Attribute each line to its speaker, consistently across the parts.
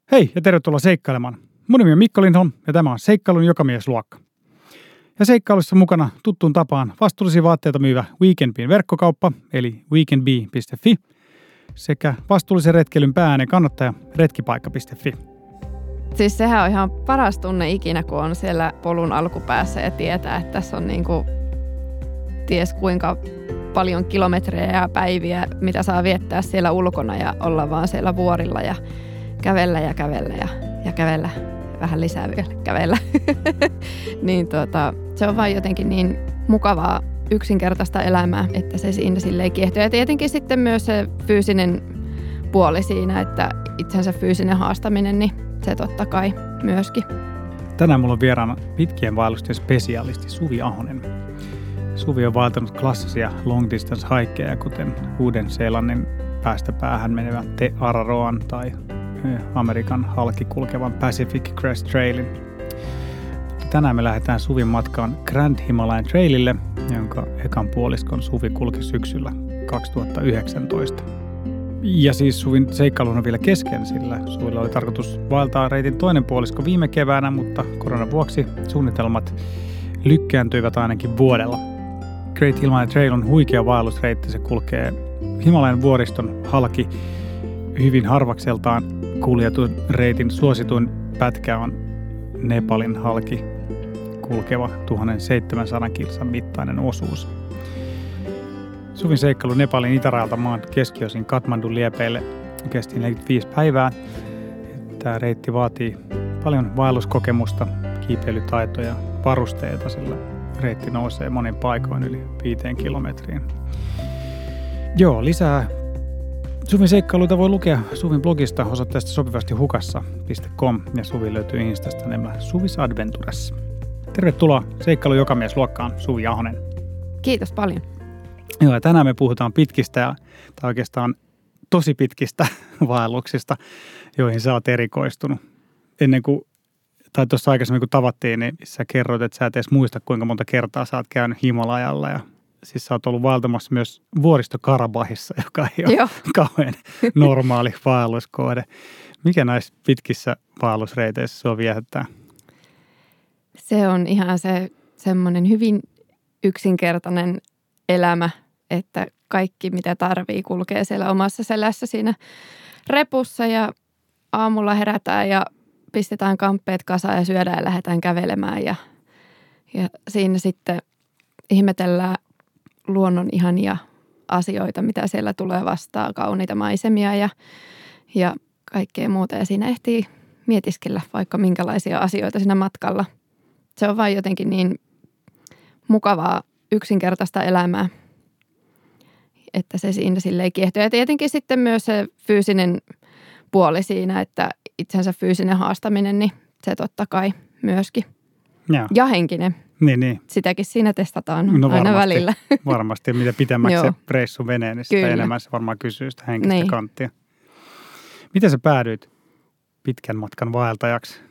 Speaker 1: Hei ja tervetuloa seikkailemaan. Mun nimi on Mikko Lindholm ja tämä on Seikkailun jokamiesluokka. Ja seikkailussa mukana tuttuun tapaan vastuullisia vaatteita myyvä Weekendbeen verkkokauppa eli weekendbee.fi sekä vastuullisen retkeilyn päääänen kannattaja retkipaikka.fi.
Speaker 2: Siis sehän on ihan paras tunne ikinä, kun on siellä polun alkupäässä ja tietää, että tässä on ties kuinka paljon kilometrejä ja päiviä, mitä saa viettää siellä ulkona ja olla vaan siellä vuorilla ja kävellä ja kävellä ja kävellä. Vähän lisää vielä kävellä. Se on vaan jotenkin niin mukavaa yksinkertaista elämää, että se siinä silleen kiehtoo. Ja tietenkin sitten myös se fyysinen puoli siinä, että itsensä fyysinen haastaminen, niin se totta kai myöskin.
Speaker 1: Tänään mulla on vieraana pitkien vaellusten spesialisti Suvi Ahonen. Suvi on vaeltanut klassisia long distance hikeja, kuten Uuden-Seelannin päästä päähän menevän Te Araroan tai Amerikan halki kulkevan Pacific Crest Trailin. Tänään me lähdetään Suvin matkaan Grand Himalayan Trailille, jonka ekan puoliskon Suvi kulki syksyllä 2019. Ja siis Suvin seikkailu on vielä kesken, sillä Suvilla oli tarkoitus vaeltaa reitin toinen puolisko viime keväänä, mutta koronan vuoksi suunnitelmat lykkääntyivät ainakin vuodella. Great Himalayan Trail on huikea vaellusreitti. Se kulkee Himalayan vuoriston halki hyvin harvakseltaan kuljetun reitin suosituin pätkä on Nepalin halki kulkeva 1700 kilsan mittainen osuus. Suvin seikkailu Nepalin itärajalta maan keskiosin Kathmandun liepeille kesti 45 päivää. Tämä reitti vaatii paljon vaelluskokemusta, kiipeilytaitoja ja varusteita, sillä reitti nousee monin paikoin yli 5 kilometriin. Joo, lisää Suvin seikkailuita voi lukea Suvin blogista osoitteesta sopivasti hukassa.com ja Suvi löytyy Instasta nimellä Suvis Adventures. Tervetuloa Seikkailun jokamiesluokkaan, Suvi Ahonen.
Speaker 2: Kiitos paljon.
Speaker 1: Joo, ja tänään me puhutaan pitkistä tai oikeastaan tosi pitkistä vaelluksista, joihin sä oot erikoistunut. Tuossa aikaisemmin kun tavattiin, niin sä kerroit, että sä et edes muista, kuinka monta kertaa sä oot käynyt Himalajalla ja siis sä oot ollut vaeltamassa myös vuoristo Karabahissa, joka ei ole kauhean normaali vaelluskohde. Mikä näissä pitkissä vaellusreiteissä sua viehättää?
Speaker 2: Se on ihan se semmoinen hyvin yksinkertainen elämä, että kaikki mitä tarvii kulkee siellä omassa selässä siinä repussa ja aamulla herätään ja pistetään kamppeet kasaan ja syödään ja lähdetään kävelemään ja siinä sitten ihmetellään luonnon ihania asioita, mitä siellä tulee vastaan, kauniita maisemia ja kaikkea muuta. Ja siinä ehtii mietiskellä vaikka minkälaisia asioita siinä matkalla. Se on vain jotenkin niin mukavaa yksinkertaista elämää, että se siinä silleen kiehtoo. Ja tietenkin sitten myös se fyysinen puoli siinä, että itsensä fyysinen haastaminen, niin se totta kai myöskin. Ja henkinen.
Speaker 1: Niin.
Speaker 2: Sitäkin siinä testataan aina välillä.
Speaker 1: Varmasti. Mitä pitemmäksi se reissu menee, niin sitä enemmän se varmaan kysyy sitä henkistä kanttia. Miten sä päädyit pitkän matkan vaeltajaksi?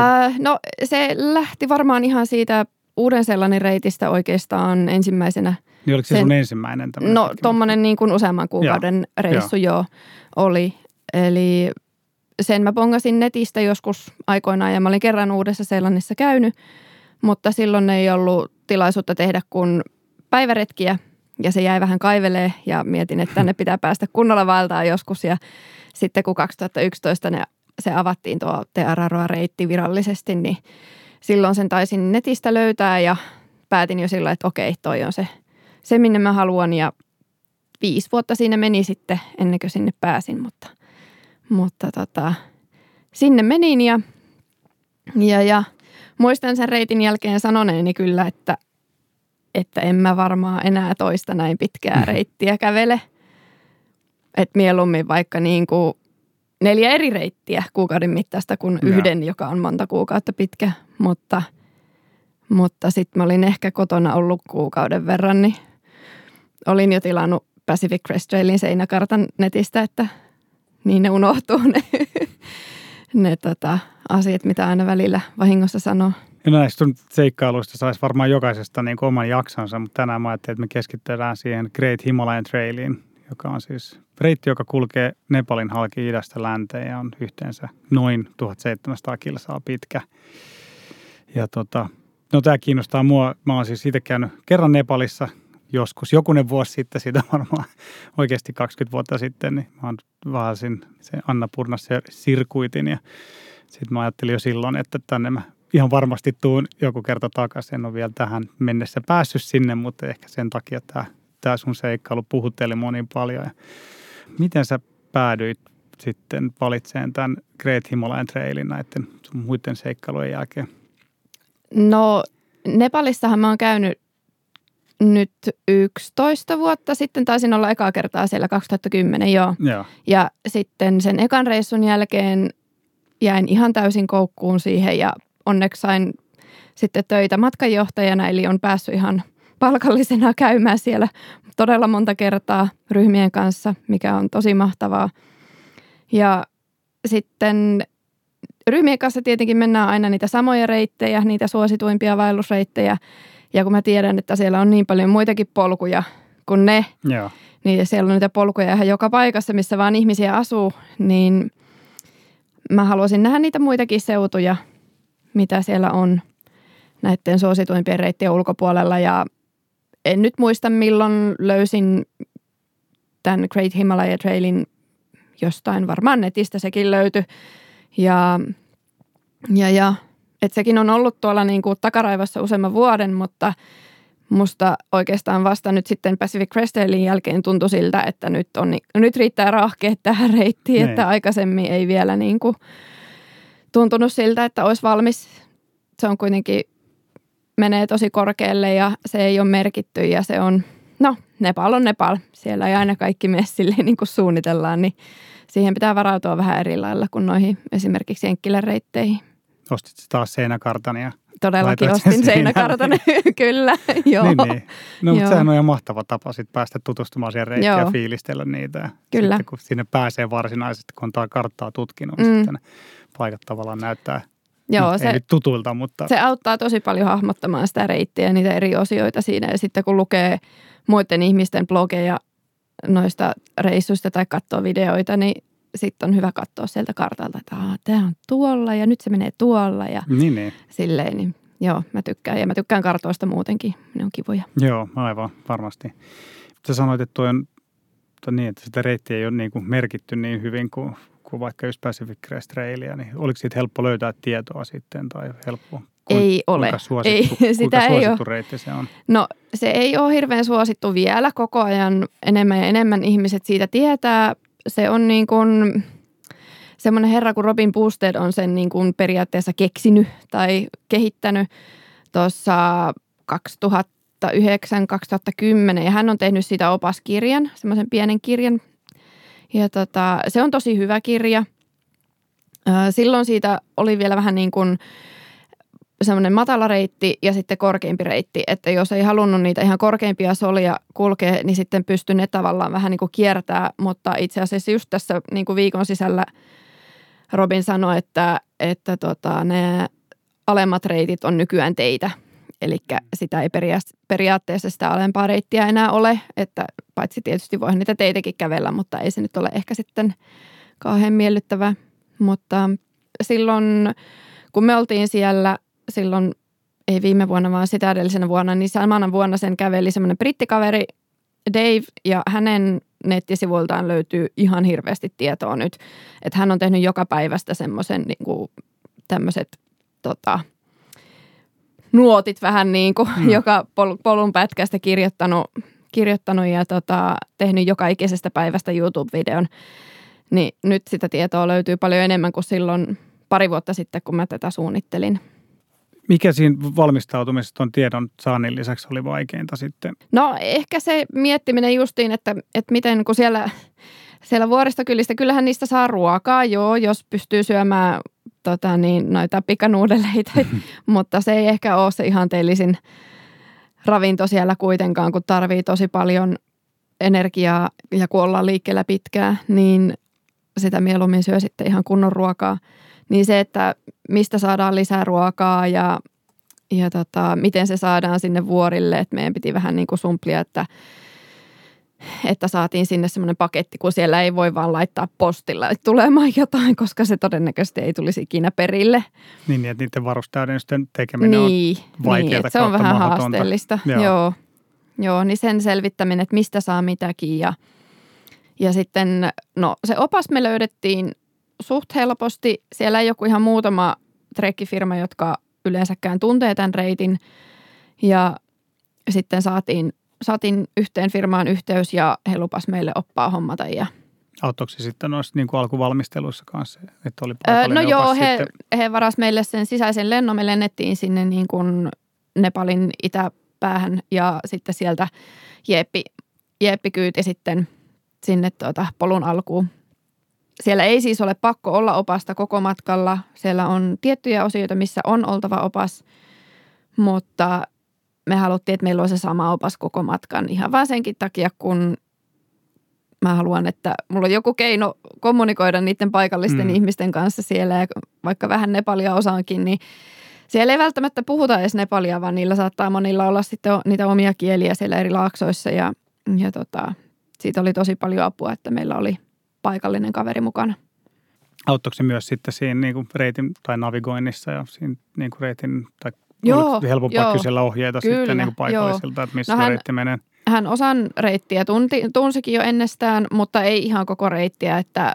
Speaker 2: Se lähti varmaan ihan siitä Uuden-Seelannin reitistä oikeastaan ensimmäisenä.
Speaker 1: Niin oliko se sun ensimmäinen?
Speaker 2: Tommonen niin kuin useamman kuukauden reissu oli. Eli sen mä bongasin netistä joskus aikoinaan ja mä olin kerran Uudessa-Seelannissa käynyt. Mutta silloin ei ollut tilaisuutta tehdä kuin päiväretkiä ja se jäi vähän kaivelee ja mietin, että tänne pitää päästä kunnolla vaeltaa joskus. Ja sitten kun 2011 se avattiin tuo Te Araroa-reitti virallisesti, niin silloin sen taisin netistä löytää ja päätin jo sillä, että okei, toi on se minne mä haluan. Ja 5 vuotta siinä meni sitten ennen kuin sinne pääsin, mutta sinne menin ja muistan sen reitin jälkeen sanoneeni kyllä, että en mä varmaan enää toista näin pitkää reittiä kävele. Että mieluummin vaikka 4 eri reittiä kuukauden mittaista kuin yhden, joka on monta kuukautta pitkä. Mutta sitten mä olin ehkä kotona ollut kuukauden verran, niin olin jo tilannut Pacific Crest Trailin seinäkartan netistä, että niin ne unohtuu ne asiat, mitä aina välillä vahingossa sanoo.
Speaker 1: Ja näistä seikkailuista saisi varmaan jokaisesta oman jaksonsa, mutta tänään mä ajattelin, että me keskitytään siihen Great Himalayan Trailiin, joka on siis reitti, joka kulkee Nepalin halki idästä länteen ja on yhteensä noin 1700 kilsaa pitkä. Ja no tämä kiinnostaa mua. Mä oon siis itse käynyt kerran Nepalissa joskus jokunen vuosi sitten, siitä varmaan oikeasti 20 vuotta sitten, niin mä vahasin sen Annapurnassa sirkuitin ja sitten mä ajattelin jo silloin, että tänne mä ihan varmasti tuun joku kerta takaisin. En ole vielä tähän mennessä päässyt sinne, mutta ehkä sen takia tämä sun seikkailu puhutteli mua niin paljon. Ja miten sä päädyit sitten valitsemaan tämän Great Himalayan Trailin näiden muiden seikkailujen jälkeen?
Speaker 2: No Nepalissahan mä oon käynyt nyt 11 vuotta sitten, taisin olla ekaa kertaa siellä 2010, joo. Ja sitten sen ekan reissun jälkeen jäin ihan täysin koukkuun siihen ja onneksi sain sitten töitä matkanjohtajana, eli on päässyt ihan palkallisena käymään siellä todella monta kertaa ryhmien kanssa, mikä on tosi mahtavaa. Ja sitten ryhmien kanssa tietenkin mennään aina niitä samoja reittejä, niitä suosituimpia vaellusreittejä. Ja kun mä tiedän, että siellä on niin paljon muitakin polkuja kuin ne, niin siellä on niitä polkuja ihan joka paikassa, missä vaan ihmisiä asuu, niin mä haluaisin nähdä niitä muitakin seutuja, mitä siellä on näiden suosituimpien reittien ulkopuolella. Ja en nyt muista, milloin löysin tämän Great Himalaya Trailin jostain, varmaan netistä sekin löytyi. Ja että sekin on ollut tuolla niin kuin takaraivossa useamman vuoden, mutta musta oikeastaan vasta nyt sitten Pacific Crest Trailin jälkeen tuntui siltä, että nyt riittää rahkeet tähän reittiin, niin. Että aikaisemmin ei vielä niin kuin tuntunut siltä, että olisi valmis. Se on kuitenkin, menee tosi korkealle ja se ei ole merkitty ja se on, Nepal on Nepal. Siellä ei aina kaikki mene silleen niin kuin suunnitellaan, niin siihen pitää varautua vähän eri lailla kuin noihin esimerkiksi Jenkkilän reitteihin.
Speaker 1: Ostit taas seinäkartan ja
Speaker 2: todellakin ostin seinäkartan, kyllä, joo.
Speaker 1: Niin. No, mutta sehän on ihan mahtava tapa sitten päästä tutustumaan siihen reittiin ja fiilistellä niitä.
Speaker 2: Kyllä.
Speaker 1: Sitten kun sinne pääsee varsinaisesti, kun on karttaa tutkinut, niin sitten ne paikat tavallaan näyttää, ei nyt tutuilta, mutta
Speaker 2: se auttaa tosi paljon hahmottamaan sitä reittiä ja niitä eri osioita siinä. Ja sitten kun lukee muiden ihmisten blogeja noista reissuista tai katsoo videoita, niin sitten on hyvä katsoa sieltä kartalta, että tämä on tuolla ja nyt se menee tuolla ja silleen. Niin, joo, mä tykkään. Ja mä tykkään kartoista muutenkin. Ne on kivoja.
Speaker 1: Joo, aivan varmasti. Sä sanoit, että että sitä reittiä ei ole niin kuin merkitty niin hyvin kuin vaikka just Pacific Crest Trailia. Niin oliko siitä helppo löytää tietoa sitten tai helppo?
Speaker 2: Ei ole.
Speaker 1: Kuinka suosittu reitti se on?
Speaker 2: No se ei ole hirveän suosittu vielä. Koko ajan enemmän ja enemmän ihmiset siitä tietää. Se on niin kuin semmoinen herra kuin Robin Boosted on sen niin kuin periaatteessa keksinyt tai kehittänyt tuossa 2009-2010 ja hän on tehnyt siitä opaskirjan, semmoisen pienen kirjan ja se on tosi hyvä kirja. Silloin siitä oli vielä vähän niin kuin semmoinen matala reitti ja sitten korkeampi reitti, että jos ei halunnut niitä ihan korkeimpia solia kulkea, niin sitten pystyi ne tavallaan vähän niin kuin kiertää, mutta itse asiassa just tässä niin kuin viikon sisällä Robin sanoi, että ne alemmat reitit on nykyään teitä, eli sitä ei periaatteessa sitä alempaa reittiä enää ole, että paitsi tietysti voi niitä teitäkin kävellä, mutta ei se nyt ole ehkä sitten kauhean miellyttävää, mutta silloin kun me oltiin siellä, silloin ei viime vuonna, vaan sitä edellisenä vuonna, niin samana vuonna sen käveli semmoinen brittikaveri Dave ja hänen nettisivuiltaan löytyy ihan hirveästi tietoa nyt, että hän on tehnyt joka päivästä semmoisen niin kuin tämmöiset nuotit vähän niin kuin joka polun pätkästä kirjoittanut ja tehnyt joka ikisestä päivästä YouTube-videon, niin nyt sitä tietoa löytyy paljon enemmän kuin silloin pari vuotta sitten, kun mä tätä suunnittelin.
Speaker 1: Mikä siinä valmistautumisessa tuon tiedon saannin lisäksi oli vaikeinta sitten?
Speaker 2: No ehkä se miettiminen justiin, että miten kun siellä vuoristokylissä, kyllähän niistä saa ruokaa, joo, jos pystyy syömään noita pikanuudeleita, mutta se ei ehkä ole se ihanteellisin ravinto siellä kuitenkaan, kun tarvii tosi paljon energiaa ja kun ollaan liikkeellä pitkään, niin sitä mieluummin syö sitten ihan kunnon ruokaa. Niin se, että mistä saadaan lisää ruokaa ja miten se saadaan sinne vuorille, että meidän piti vähän niin kuin sumplia, että että saatiin sinne semmoinen paketti, kun siellä ei voi vaan laittaa postilla, että tulemaan jotain, koska se todennäköisesti ei tulisi ikinä perille.
Speaker 1: Niin, että niiden varustäydennysten tekeminen on vaikeaa
Speaker 2: niin, se on vähän haasteellista. Joo, niin sen selvittäminen, että mistä saa mitäkin ja sitten, no se opas me löydettiin suht helposti. Siellä ei joku ihan muutama trekkifirma, jotka yleensäkään tuntee tämän reitin ja sitten saatiin yhteen firmaan yhteys ja he lupas meille oppaa hommata.
Speaker 1: Auttoiko se sitten noissa niin kuin alkuvalmisteluissa kanssa? Että oli
Speaker 2: no joo, he varasivat meille sen sisäisen lennon. Me lennettiin sinne niin kuin Nepalin itäpäähän ja sitten sieltä Jeeppi kyyti sitten sinne polun alkuun. Siellä ei siis ole pakko olla opasta koko matkalla. Siellä on tiettyjä osioita, missä on oltava opas, mutta me haluttiin, että meillä on se sama opas koko matkan ihan vaan senkin takia, kun mä haluan, että mulla on joku keino kommunikoida niiden paikallisten ihmisten kanssa siellä ja vaikka vähän nepalia osaankin, niin siellä ei välttämättä puhuta edes nepalia, vaan niillä saattaa monilla olla sitten niitä omia kieliä siellä eri laaksoissa ja siitä oli tosi paljon apua, että meillä oli paikallinen kaveri mukana.
Speaker 1: Auttoiko se myös sitten siinä niin kuin reitin tai navigoinnissa ja siinä niin kuin reitin tai helpompaa kysellä ohjeita kyllä, sitten niin kuin paikallisilta, että missä reitti menee?
Speaker 2: Hän osan reittiä tunsikin jo ennestään, mutta ei ihan koko reittiä, että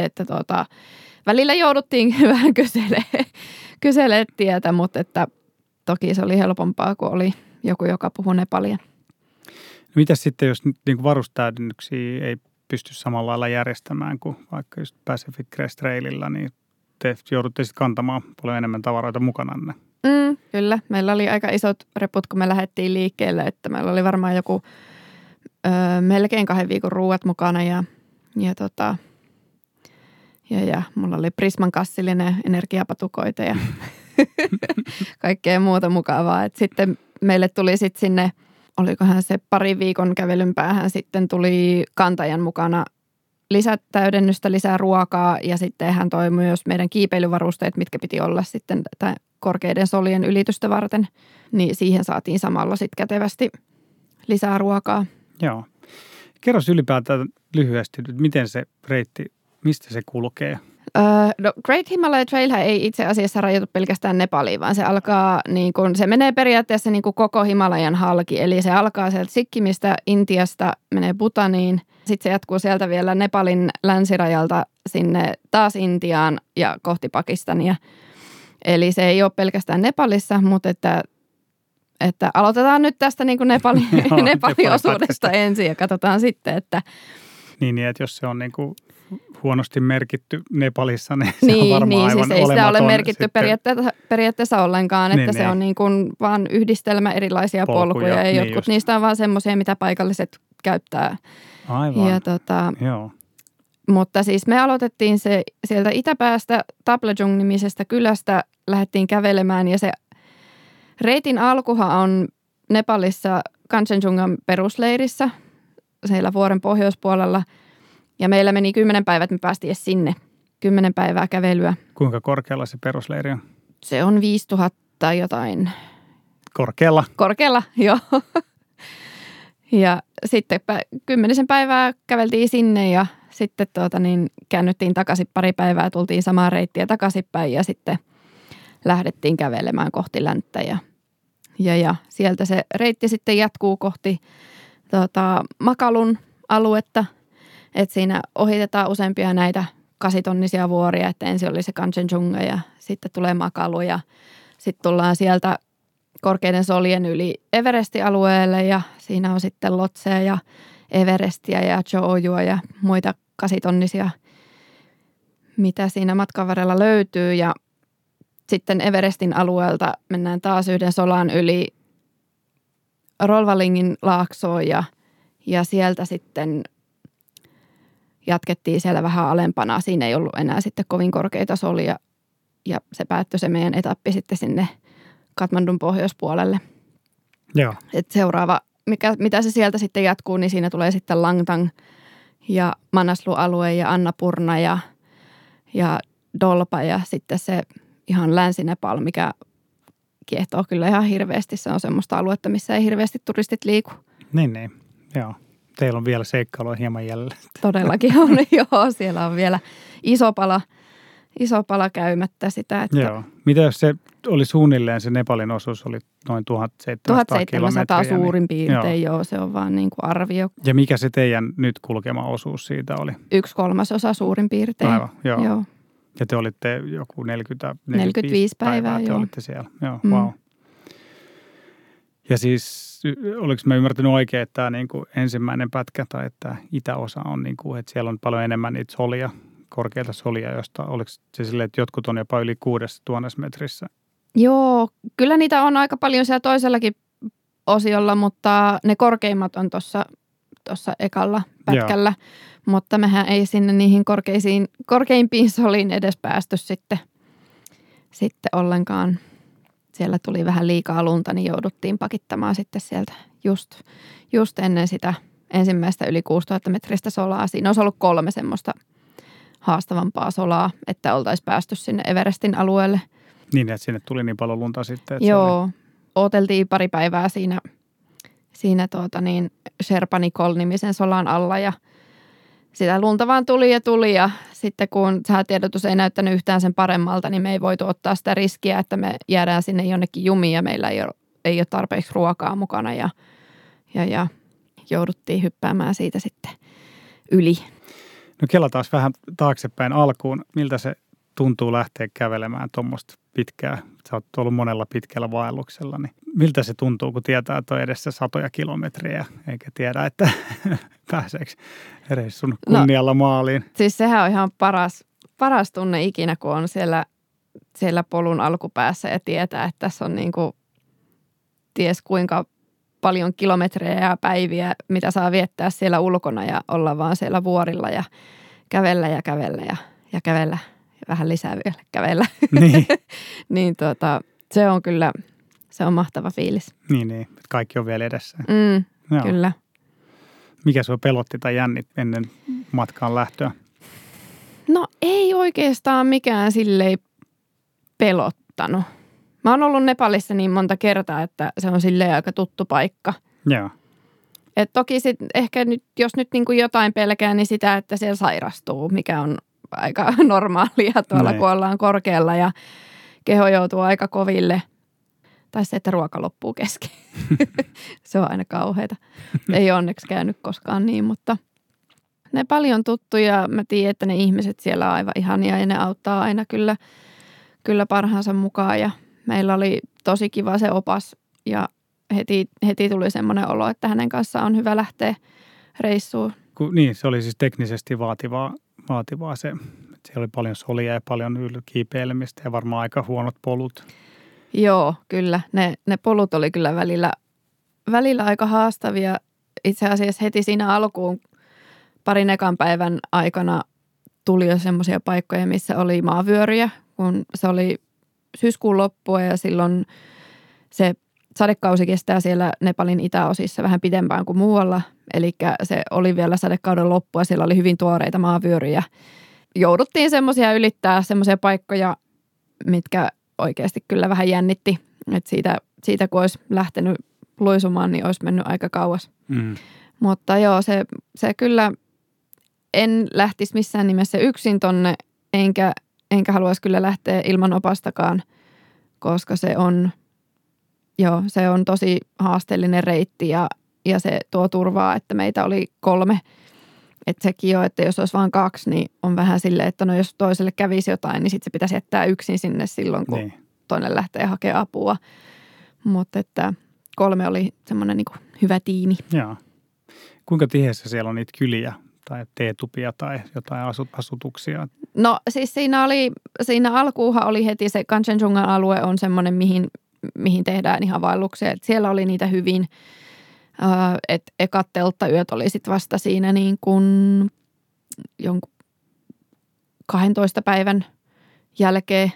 Speaker 2: välillä jouduttiin vähän kyselee tietä, mutta että toki se oli helpompaa, kun oli joku, joka puhui nepalia.
Speaker 1: No mitäs sitten, jos niin kuin varustäydennyksiä ei pysty samalla lailla järjestämään kuin vaikka just Pacific Crest Trailillä, niin te joudutte sitten kantamaan paljon enemmän tavaroita mukananne?
Speaker 2: Kyllä. Meillä oli aika isot reput, kun me lähdettiin liikkeelle, että meillä oli varmaan joku melkein 2 viikon ruuat mukana ja mulla oli Prisman kassillinen energiapatukoita ja kaikkea muuta mukavaa. Et sitten meille tuli sitten sinne, olikohan se 2 viikon kävelyn päähän, sitten tuli kantajan mukana lisätäydennystä, lisää ruokaa ja sitten hän toi myös meidän kiipeilyvarusteet, mitkä piti olla sitten korkeiden solien ylitystä varten, niin siihen saatiin samalla sitten kätevästi lisää ruokaa.
Speaker 1: Joo. Kerros ylipäätään lyhyesti, miten se reitti, mistä se kulkee?
Speaker 2: No Great Himalaya Trail ei itse asiassa rajoitu pelkästään Nepaliin, vaan se alkaa niin kuin, se menee periaatteessa niin kuin koko Himalajan halki. Eli se alkaa sieltä Sikkimistä, Intiasta, menee Bhutaniin. Sitten se jatkuu sieltä vielä Nepalin länsirajalta sinne taas Intiaan ja kohti Pakistania. Eli se ei ole pelkästään Nepalissa, mutta että aloitetaan nyt tästä niin kuin Nepalin osuudesta ensin ja katsotaan sitten, että
Speaker 1: niin, että jos se on niin kuin huonosti merkitty Nepalissa, niin se on varmaan aivan
Speaker 2: siis ei
Speaker 1: olematon.
Speaker 2: Sitä ole merkitty periaatteessa ollenkaan, että se on niin kuin vaan yhdistelmä erilaisia polkuja ja jotkut just. Niistä on vaan semmoisia, mitä paikalliset käyttää.
Speaker 1: Aivan,
Speaker 2: joo. Mutta siis me aloitettiin se sieltä itäpäästä Taplajung-nimisestä kylästä, lähdettiin kävelemään ja se reitin alkuhan on Nepalissa Kanchenjungan perusleirissä, siellä vuoren pohjoispuolella. Ja meillä meni 10 päivää, että me päästiin sinne. 10 päivää kävelyä.
Speaker 1: Kuinka korkealla se perusleiri on?
Speaker 2: Se on 5000 jotain.
Speaker 1: Korkealla?
Speaker 2: Korkealla, joo. Ja sitten 10 päivää käveltiin sinne ja sitten käännyttiin takaisin 2 päivää. Tultiin samaa reittiä takaisinpäin ja sitten lähdettiin kävelemään kohti länttä. Ja sieltä se reitti sitten jatkuu kohti Makalun aluetta. Että siinä ohitetaan useampia näitä 8-tonnisia vuoria, että ensin oli se Kanchenjunga ja sitten tulee Makalu ja sitten tullaan sieltä korkeiden solien yli Everesti-alueelle ja siinä on sitten Lotseja ja Everestiä ja Choojua ja muita 8-tonnisia, mitä siinä matkan varrella löytyy ja sitten Everestin alueelta mennään taas yhden solan yli Rolvalingin laaksoon ja sieltä sitten jatkettiin siellä vähän alempana. Siinä ei ollut enää sitten kovin korkeita solia ja se päättyi se meidän etappi sitten sinne Kathmandun pohjoispuolelle.
Speaker 1: Joo.
Speaker 2: Et seuraava, mitä se sieltä sitten jatkuu, niin siinä tulee sitten Langtang ja Manaslu-alue ja Annapurna ja Dolpa ja sitten se ihan Länsi-Nepal, mikä kiehtoo kyllä ihan hirveästi. Se on semmoista aluetta, missä ei hirveästi turistit liiku.
Speaker 1: Niin, joo. Teillä on vielä seikkailua hieman jäljellä.
Speaker 2: Todellakin on, joo. Siellä on vielä iso pala käymättä sitä. Että
Speaker 1: joo. Mitä jos se oli suunnilleen, se Nepalin osuus oli noin 1700 kilometriä?
Speaker 2: Suurin piirtein, joo. Se on vaan niin kuin arvio.
Speaker 1: Ja mikä se teidän nyt kulkema osuus siitä oli?
Speaker 2: 1/3 suurin piirtein.
Speaker 1: Aivan, joo.
Speaker 2: Joo.
Speaker 1: Ja te olitte joku
Speaker 2: 45 päivää,
Speaker 1: te
Speaker 2: joo.
Speaker 1: olitte siellä. Joo, wow. Ja siis, oliko mä ymmärtänyt oikein, että tämä niin kuin ensimmäinen pätkä tai että itäosa on, niin kuin, että siellä on paljon enemmän niitä solia, korkeita solia, josta oliko se silleen, että jotkut on jopa yli 6000 metrissä?
Speaker 2: Joo, kyllä niitä on aika paljon siellä toisellakin osiolla, mutta ne korkeimmat on tuossa ekalla pätkällä. Joo. Mutta mehän ei sinne niihin korkeimpiin soliin edes päästy sitten ollenkaan. Siellä tuli vähän liikaa lunta, niin jouduttiin pakittamaan sitten sieltä just ennen sitä ensimmäistä yli 6000 metristä solaa. Siinä olisi ollut 3 semmoista haastavampaa solaa, että oltaisiin päästy sinne Everestin alueelle.
Speaker 1: Niin, että sinne tuli niin paljon lunta sitten. Että
Speaker 2: joo, ooteltiin pari päivää siinä Sherpa Nicole-nimisen solan alla ja sitä lunta vaan tuli ja sitten kun säätiedotus ei näyttänyt yhtään sen paremmalta, niin me ei voitu ottaa sitä riskiä, että me jäädään sinne jonnekin jumiin ja meillä ei ole tarpeeksi ruokaa mukana ja jouduttiin hyppäämään siitä sitten yli.
Speaker 1: No kelataan vähän taaksepäin alkuun. Miltä se tuntuu lähteä kävelemään tuommoista pitkää? Sä oot ollut monella pitkällä vaelluksella, niin miltä se tuntuu, kun tietää, että on edessä 100 kilometriä, eikä tiedä, että pääseekö reissun kunnialla maaliin?
Speaker 2: Siis sehän on ihan paras tunne ikinä, kun on siellä polun alkupäässä ja tietää, että tässä on niin kuin ties kuinka paljon kilometrejä ja päiviä, mitä saa viettää siellä ulkona ja olla vaan siellä vuorilla ja kävellä ja kävellä ja vähän lisää vielä kävellä.
Speaker 1: Niin.
Speaker 2: niin se on kyllä, se on mahtava fiilis.
Speaker 1: Niin, kaikki on vielä edessä.
Speaker 2: Kyllä.
Speaker 1: Mikä sua pelotti tai jännitti ennen matkaan lähtöä?
Speaker 2: No ei oikeastaan mikään silleen pelottanut. Mä oon ollut Nepalissa niin monta kertaa, että se on silleen aika tuttu paikka.
Speaker 1: Joo.
Speaker 2: Et toki sit ehkä nyt, jos nyt niin kuin jotain pelkää, niin sitä, että siellä sairastuu, mikä on aika normaalia tuolla, kun ollaan korkealla ja keho joutuu aika koville. Tai se, että ruoka loppuu kesken. Se on aina kauheata. Ei onneksi käynyt koskaan niin, mutta ne paljon tuttuja. Mä tiedän, että ne ihmiset siellä on aivan ihania ja ne auttaa aina kyllä parhaansa mukaan. Ja meillä oli tosi kiva se opas ja heti tuli semmoinen olo, että hänen kanssaan on hyvä lähteä reissuun.
Speaker 1: Niin, se oli siis teknisesti vaativaa se. Siellä oli paljon solia ja paljon kiipeilemistä ja varmaan aika huonot polut.
Speaker 2: Joo, kyllä. Ne polut oli kyllä välillä aika haastavia. Itse asiassa heti siinä alkuun parin ekan päivän aikana tuli jo semmoisia paikkoja, missä oli maavyöryjä, kun se oli syyskuun loppua ja silloin se sadekausi kestää siellä Nepalin itäosissa vähän pidempään kuin muualla. Eli se oli vielä sadekauden loppua, siellä oli hyvin tuoreita maavyöryjä. Jouduttiin semmoisia ylittää semmoisia paikkoja, mitkä oikeasti kyllä vähän jännitti. Että siitä kun olisi lähtenyt luisumaan, niin olisi mennyt aika kauas. Mutta joo, se kyllä en lähtisi missään nimessä yksin tonne, enkä haluaisi kyllä lähteä ilman opastakaan, koska se on tosi haasteellinen reitti ja se tuo turvaa, että meitä oli 3. Että sekin jo, että jos olisi vain 2, niin on vähän silleen, että no jos toiselle kävisi jotain, niin sitten se pitäisi jättää yksin sinne silloin, kun toinen lähtee hakemaan apua. Mutta että 3 oli semmoinen niin kuin hyvä tiimi.
Speaker 1: Joo. Kuinka tiheässä siellä on niitä kyliä tai teetupia tai jotain asutuksia?
Speaker 2: No siis siinä alkuuhan oli heti se Kanchenjungan alue on semmoinen, mihin tehdään ihan vaelluksia. Et siellä oli niitä hyvin. Että ekat telttayöt oli sitten vasta siinä niin kuin jonkun 12 päivän jälkeen.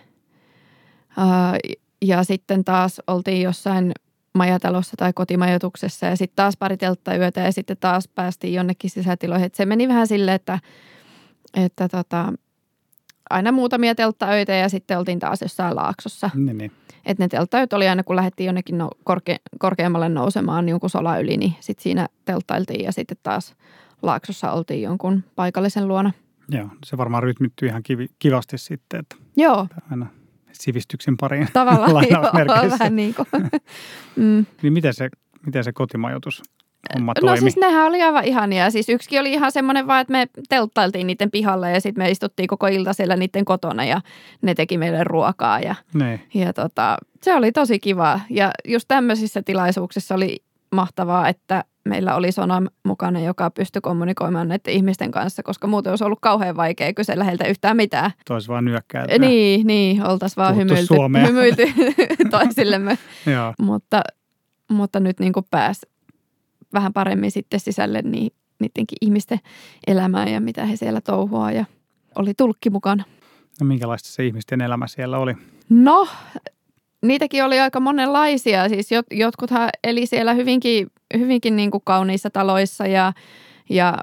Speaker 2: Ja sitten taas oltiin jossain majatalossa tai kotimajoituksessa ja sitten taas pari telttayötä ja sitten taas päästiin jonnekin sisätiloihin. Et se meni vähän silleen, että aina muutamia telttaöitä ja sitten oltiin taas jossain laaksossa.
Speaker 1: Niin.
Speaker 2: Että ne telttaöt oli aina, kun lähdettiin jonnekin korkeammalle nousemaan jonkun sola yli, niin sitten siinä telttailtiin ja sitten taas laaksossa oltiin jonkun paikallisen luona.
Speaker 1: Joo, se varmaan rytmittyy ihan kivasti sitten, että
Speaker 2: joo.
Speaker 1: Aina sivistyksen pariin.
Speaker 2: Tavallaan joo, vähän niin kuin.
Speaker 1: Niin miten se kotimajoitus homma toimi?
Speaker 2: No siis nehän oli aivan ihania. Siis yksikin oli ihan semmoinen vaan, että me telttailtiin niiden pihalla ja sitten me istuttiin koko ilta siellä niiden kotona ja ne teki meille ruokaa. Ja se oli tosi kiva. Ja just tämmöisissä tilaisuuksissa oli mahtavaa, että meillä oli sona mukana, joka pystyi kommunikoimaan näiden ihmisten kanssa, koska muuten olisi ollut kauhean vaikea kysellä heiltä yhtään mitään.
Speaker 1: Toisi vaan nyökkäiltä.
Speaker 2: Niin, oltaisiin vaan hymyilty toisillemme. Mutta nyt niin kuin pääsi vähän paremmin sitten sisälle niidenkin ihmisten elämään ja mitä he siellä touhuaa ja oli tulkki mukana.
Speaker 1: No minkälaista se ihmisten elämä siellä oli?
Speaker 2: No, niitäkin oli aika monenlaisia. Siis jotkuthan eli siellä hyvinkin niin kuin kauniissa taloissa ja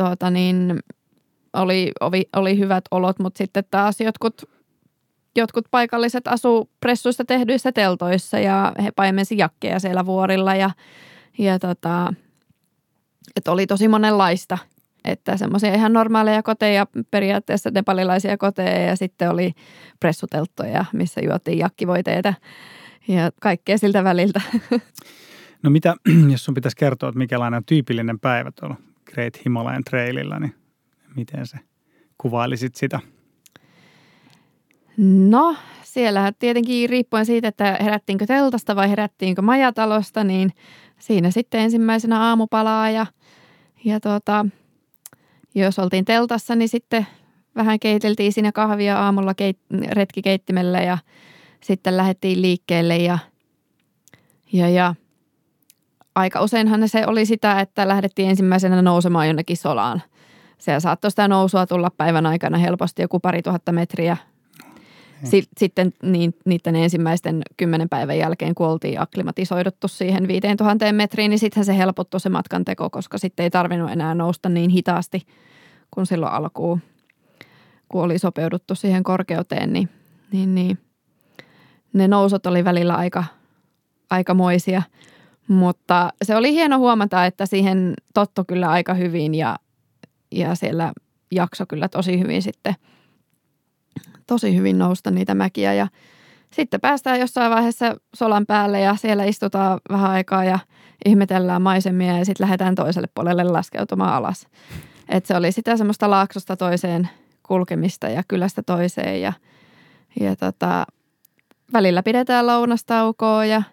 Speaker 2: oli hyvät olot, mutta sitten taas jotkut paikalliset asuu pressuista tehdyissä teltoissa ja he paimensi jakkeja siellä vuorilla että oli tosi monenlaista, että semmoisia ihan normaaleja koteja, periaatteessa nepalilaisia koteja ja sitten oli pressutelttoja, missä juotiin jakkivoiteita ja kaikkea siltä väliltä.
Speaker 1: No mitä, jos sun pitäisi kertoa, että mikälainen on tyypillinen päivä tuolla Great Himalayan Traililla, niin miten se kuvailisit sitä?
Speaker 2: No, siellä tietenkin riippuen siitä, että herättiinkö teltasta vai herättiinkö majatalosta, niin siinä sitten ensimmäisenä aamupalaa ja jos oltiin teltassa, niin sitten vähän keiteltiin siinä kahvia aamulla retkikeittimellä ja sitten lähdettiin liikkeelle ja aika useinhan se oli sitä, että lähdettiin ensimmäisenä nousemaan jonnekin solaan. Siellä saattoi sitä nousua tulla päivän aikana helposti joku 2000 metriä. Sitten niiden ensimmäisten 10 päivän jälkeen, kun oltiin akklimatisoiduttu siihen 5000 metriin, niin sittenhän se helpottui se matkan teko, koska sitten ei tarvinnut enää nousta niin hitaasti kuin silloin alkuun, kun oli sopeuduttu siihen korkeuteen, niin ne nousut oli välillä aikamoisia. Mutta se oli hieno huomata, että siihen tottui kyllä aika hyvin ja siellä jakso kyllä tosi hyvin nousta niitä mäkiä ja sitten päästään jossain vaiheessa solan päälle ja siellä istutaan vähän aikaa ja ihmetellään maisemia ja sitten lähdetään toiselle puolelle laskeutumaan alas. Et se oli sitä semmoista laaksosta toiseen kulkemista ja kylästä toiseen ja välillä pidetään lounastaukoa ja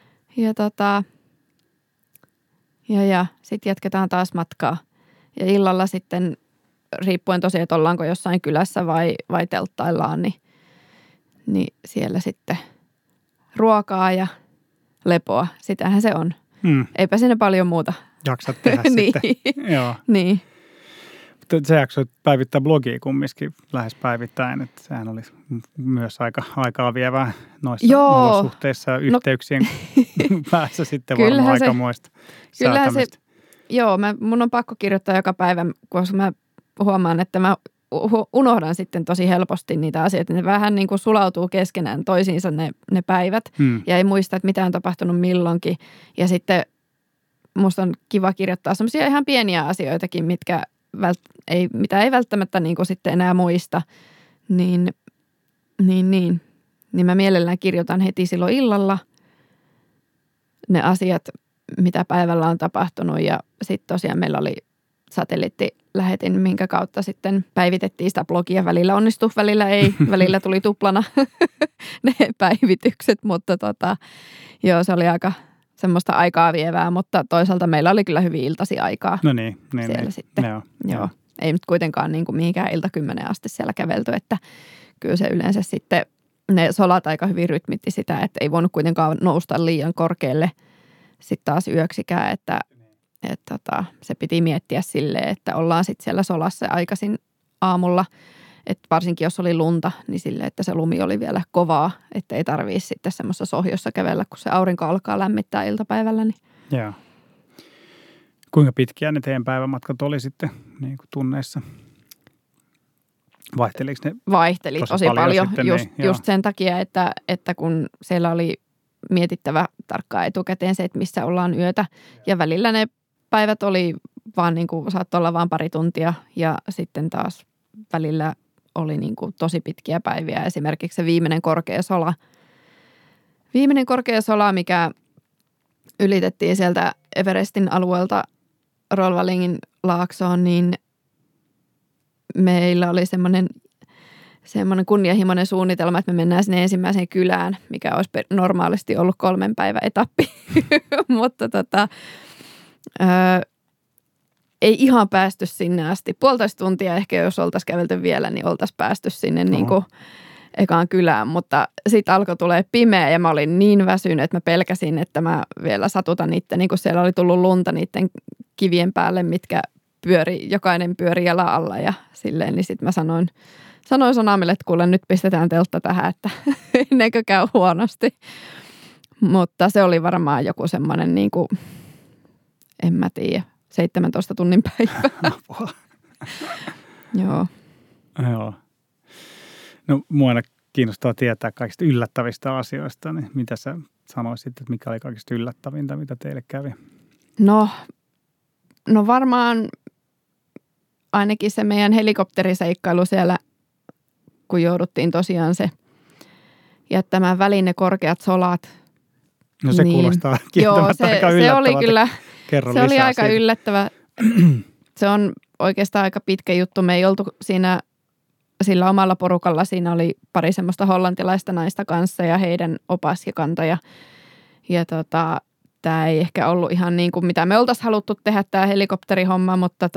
Speaker 2: sitten jatketaan taas matkaa ja illalla sitten riippuen tosiaan, että ollaanko jossain kylässä vai telttaillaan, niin siellä sitten ruokaa ja lepoa. Sitähän se on. Eipä siinä paljon muuta.
Speaker 1: Jaksat tehdä sitten. Joo.
Speaker 2: Niin.
Speaker 1: Mutta sä jaksoit päivittää blogia kumminkin lähes päivittäin, että sehän oli myös aika aikaa vievää noissa olosuhteissa ja yhteyksien päässä sitten varmaan aikamoista säätämistä.
Speaker 2: Joo, mun on pakko kirjoittaa joka päivä, koska mä huomaan, että mä unohdan sitten tosi helposti niitä asioita. Ne vähän niin kuin sulautuu keskenään toisiinsa ne päivät ja ei muista, että mitä on tapahtunut milloinkin. Ja sitten musta on kiva kirjoittaa semmoisia ihan pieniä asioitakin, mitä ei välttämättä niin kuin sitten enää muista. Niin mä mielellään kirjoitan heti silloin illalla ne asiat, mitä päivällä on tapahtunut ja sitten tosiaan meillä oli satelliittilähetin, minkä kautta sitten päivitettiin sitä blogia. Välillä onnistui, välillä ei. Välillä tuli tuplana ne päivitykset, mutta joo, se oli aika semmoista aikaa vievää, mutta toisaalta meillä oli kyllä hyvin iltasi aikaa.
Speaker 1: No niin.
Speaker 2: Sitten. Joo. Ei nyt kuitenkaan niin kuin mihinkään ilta 10 asti siellä kävelty, että kyllä se yleensä sitten ne solat aika hyvin rytmitti sitä, että ei voinut kuitenkaan nousta liian korkealle sitten taas yöksikään, että se piti miettiä silleen, että ollaan sitten siellä solassa aikaisin aamulla, että varsinkin jos oli lunta, niin silleen, että se lumi oli vielä kovaa, että ei tarvitse sitten semmoisessa sohjossa kävellä, kun se aurinko alkaa lämmittää iltapäivällä. Niin.
Speaker 1: Joo. Kuinka pitkiä ne teidän päivämatkat oli sitten niin kuin tunneissa? Vaihteliko ne?
Speaker 2: Vaihteli tosi paljon
Speaker 1: sitten,
Speaker 2: just sen takia, että kun siellä oli mietittävä tarkkaan etukäteen se, että missä ollaan yötä. Ja välillä ne päivät oli vaan niin kuin, saattoi olla vaan pari tuntia ja sitten taas välillä oli niin kuin tosi pitkiä päiviä. Esimerkiksi se viimeinen korkeasola, mikä ylitettiin sieltä Everestin alueelta Rollvallingin laaksoon, niin meillä oli semmoinen kunnianhimoinen suunnitelma, että me mennään sinne ensimmäiseen kylään, mikä olisi normaalisti ollut 3 päivän etappi, mutta ei ihan päästy sinne asti. 1,5 tuntia ehkä, jos oltaisiin kävelty vielä, niin oltaisiin päästy sinne niin kuin ekaan kylään, mutta sitten alkoi tulee pimeä ja mä olin niin väsynyt, että mä pelkäsin, että mä vielä satutan niiden, niin kun siellä oli tullut lunta niiden kivien päälle, mitkä jokainen pyöri jalan alla ja silleen, niin sitten mä sanoin Sonamille, että kuule nyt pistetään teltta tähän, että ennenkö käy huonosti. Mutta se oli varmaan joku semmoinen niin kuin, en mä tiedä, 17 tunnin päivä. Joo.
Speaker 1: No mua aina kiinnostaa tietää kaikista yllättävistä asioista, niin mitä sä sanoisit, että mikä oli kaikista yllättävintä, mitä teille kävi?
Speaker 2: No varmaan ainakin se meidän helikopteriseikkailu siellä, kun jouduttiin tosiaan se jättämään väliin ne korkeat solat.
Speaker 1: No se kuulostaa kieltämättä aika yllättävältä.
Speaker 2: Se oli kyllä, se oli aika
Speaker 1: siitä.
Speaker 2: yllättävä. Se on oikeastaan aika pitkä juttu. Me ei oltu siinä sillä omalla porukalla. Siinä oli pari semmoista hollantilaista naista kanssa ja heidän opas ja kantaja. Ja tämä ei ehkä ollut ihan niin kuin mitä me oltaisiin haluttu tehdä tämä helikopterihomma, mutta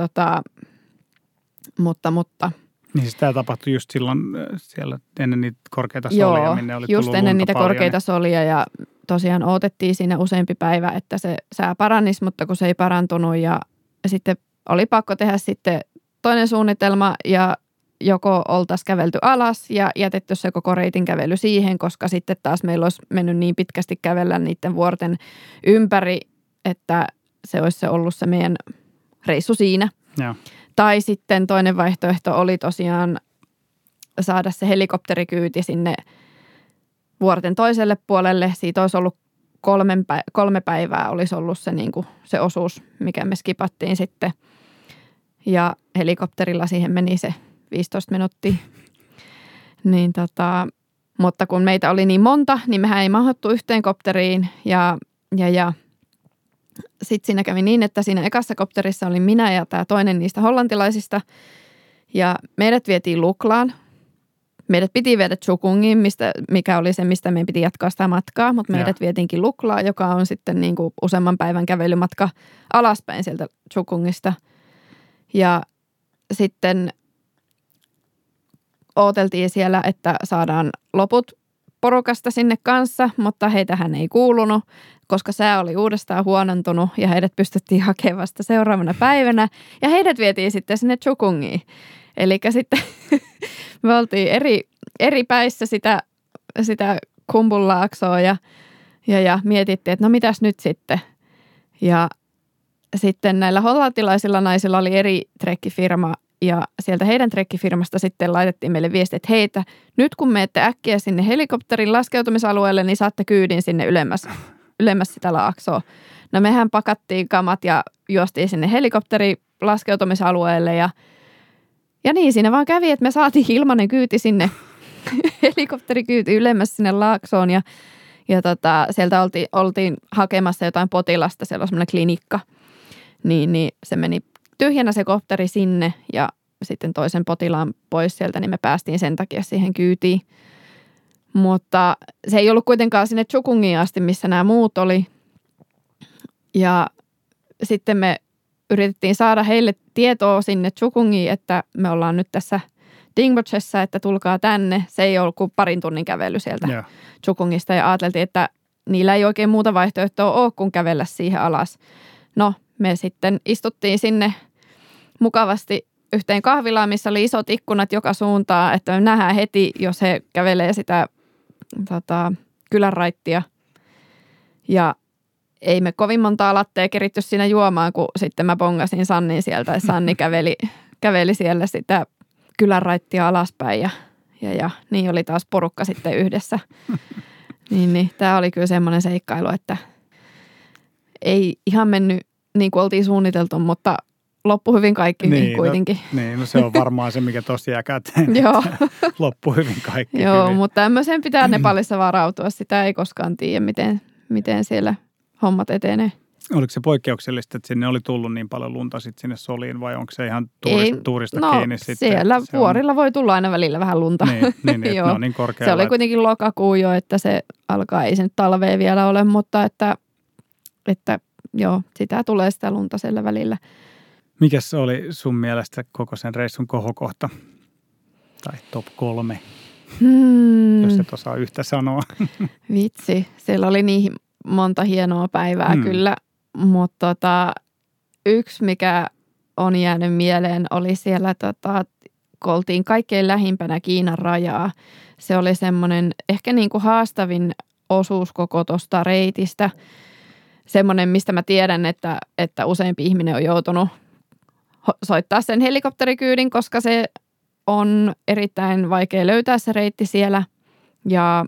Speaker 1: Niin siis tämä tapahtui just silloin siellä ennen niitä korkeita solia,
Speaker 2: joo,
Speaker 1: minne oli tullut
Speaker 2: just ennen niitä
Speaker 1: paljon,
Speaker 2: korkeita solia ja tosiaan odotettiin siinä useampi päivä, että se sää paranisi, mutta kun se ei parantunut ja sitten oli pakko tehdä sitten toinen suunnitelma ja joko oltaisiin kävelty alas ja jätetty se koko reitin kävely siihen, koska sitten taas meillä olisi mennyt niin pitkästi kävellä niiden vuorten ympäri, että se olisi ollut se meidän reissu siinä.
Speaker 1: Joo.
Speaker 2: Tai sitten toinen vaihtoehto oli tosiaan saada se helikopterikyyti sinne vuorten toiselle puolelle. Siitä olisi ollut 3 päivää olisi ollut se, niin kuin se osuus, mikä me skipattiin sitten. Ja helikopterilla siihen meni se 15 minuuttia. Niin mutta kun meitä oli niin monta, niin mehän ei mahduttu yhteen kopteriin ja sitten siinä kävi niin, että siinä ekassa kopterissa oli minä ja tämä toinen niistä hollantilaisista ja meidät vietiin Luklaan. Meidät piti viedä Tjukungiin, mikä oli se, mistä meidän piti jatkaa sitä matkaa, mutta meidät vietiinkin Luklaan, joka on sitten niin kuin useamman päivän kävelymatka alaspäin sieltä Tjukungista. Ja sitten odoteltiin siellä, että saadaan loput porukasta sinne kanssa, mutta heitähän ei kuulunut, koska sää oli uudestaan huonontunut ja heidät pystyttiin hakemaan vasta seuraavana päivänä ja heidät vietiin sitten sinne Tjukungiin. Eli sitten me oltiin eri päissä sitä Kumbunlaaksoa ja mietittiin, että no mitäs nyt sitten. Ja sitten näillä hollantilaisilla naisilla oli eri trekkifirma ja sieltä heidän trekkifirmasta sitten laitettiin meille viesti, että heitä, nyt kun menette äkkiä sinne helikopterin laskeutumisalueelle, niin saatte kyydin sinne ylemmäs sitä laaksoa. No mehän pakattiin kamat ja juostiin sinne helikopterin laskeutumisalueelle ja niin siinä vaan kävi, että me saatiin ilmainen kyyti sinne, helikopterikyyti ylemmäs sinne laaksoon ja sieltä oltiin hakemassa jotain potilasta, siellä on semmoinen klinikka. Niin se meni tyhjänä se kopteri sinne ja sitten toisen potilaan pois sieltä, niin me päästiin sen takia siihen kyytiin. Mutta se ei ollut kuitenkaan sinne Tjukungiin asti, missä nämä muut oli. Ja sitten me yritettiin saada heille tietoa sinne Tjukungiin, että me ollaan nyt tässä Dingbochessa, että tulkaa tänne. Se ei ollut kuin 2 tunnin kävely sieltä Tjukungista ja ajateltiin, että niillä ei oikein muuta vaihtoehtoa ole kuin kävellä siihen alas. No, me sitten istuttiin sinne mukavasti yhteen kahvilaan, missä oli isot ikkunat joka suuntaan, että me nähdään heti, jos he kävelee sitä kylän raittia. Ja ei me kovin montaa lattea keritty siinä juomaan, kun sitten mä bongasin Sannin sieltä. Sanni käveli siellä sitä kylänraittia alaspäin ja niin oli taas porukka sitten yhdessä. Niin tämä oli kyllä semmoinen seikkailu, että ei ihan mennyt niin kuin oltiin suunniteltu, mutta loppui hyvin kaikki niin kuitenkin.
Speaker 1: No se on varmaan se, mikä tossa jää käteen.
Speaker 2: Joo.
Speaker 1: Loppui hyvin kaikki.
Speaker 2: Joo,
Speaker 1: hyvin.
Speaker 2: mutta tämmöiseen pitää Nepalissa varautua. Sitä ei koskaan tiedä, miten siellä hommat etenee.
Speaker 1: Oliko se poikkeuksellista, että sinne oli tullut niin paljon lunta sitten sinne soliin vai onko se ihan tuurista kiinni sitten?
Speaker 2: Siellä vuorilla voi tulla aina välillä vähän lunta.
Speaker 1: Niin joo. Ne on niin korkealla.
Speaker 2: Se oli kuitenkin lokakuu jo, että se alkaa, ei se nyt talvea vielä ole, mutta että joo, sitä tulee sitä lunta siellä välillä.
Speaker 1: Mikäs oli sun mielestä koko sen reissun kohokohta? Tai top 3, jos et osaa yhtä sanoa.
Speaker 2: Vitsi, siellä oli niin monta hienoa päivää kyllä, mutta yksi mikä on jäänyt mieleen oli siellä, kun oltiin kaikkein lähimpänä Kiinan rajaa. Se oli semmoinen ehkä niin kuin haastavin osuus koko tuosta reitistä. Semmoinen, mistä mä tiedän, että useampi ihminen on joutunut soittaa sen helikopterikyydin, koska se on erittäin vaikea löytää se reitti siellä. Ja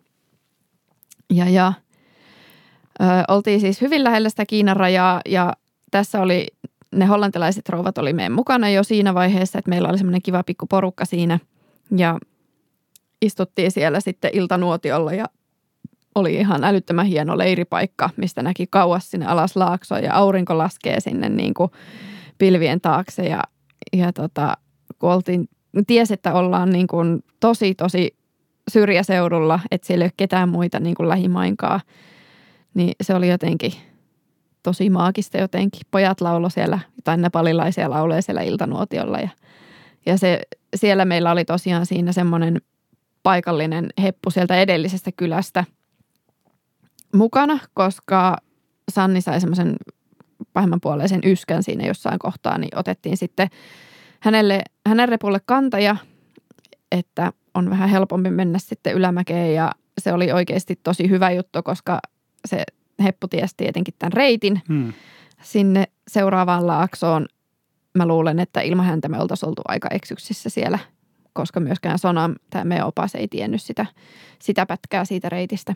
Speaker 2: oltiin siis hyvin lähellä sitä Kiinan rajaa ja tässä oli, ne hollantilaiset rouvat oli meidän mukana jo siinä vaiheessa, että meillä oli semmoinen kiva pikku porukka siinä ja istuttiin siellä sitten iltanuotiolla ja oli ihan älyttömän hieno leiripaikka, mistä näki kauas sinne alas laaksoon ja aurinko laskee sinne niin kuin pilvien taakse ja kun tiesi, että ollaan niin kuin tosi syrjäseudulla, että siellä ei ole ketään muita niin kuin lähimainkaa, niin se oli jotenkin tosi maagista jotenkin. Pojat lauloi siellä, tai nepalilaisia laulee siellä iltanuotiolla ja siellä meillä oli tosiaan siinä semmoinen paikallinen heppu sieltä edellisestä kylästä mukana, koska Sanni sai semmoisen pahemmanpuoleisen yskän siinä jossain kohtaa, niin otettiin sitten hänen repulle kantaja, että on vähän helpompi mennä sitten ylämäkeen ja se oli oikeasti tosi hyvä juttu, koska se heppu tiesi tietenkin tämän reitin sinne seuraavaan laaksoon. Mä luulen, että ilman häntä me oltaisiin oltu aika eksyksissä siellä, koska myöskään Sonam, tämä meidän opas, ei tiennyt sitä pätkää siitä reitistä.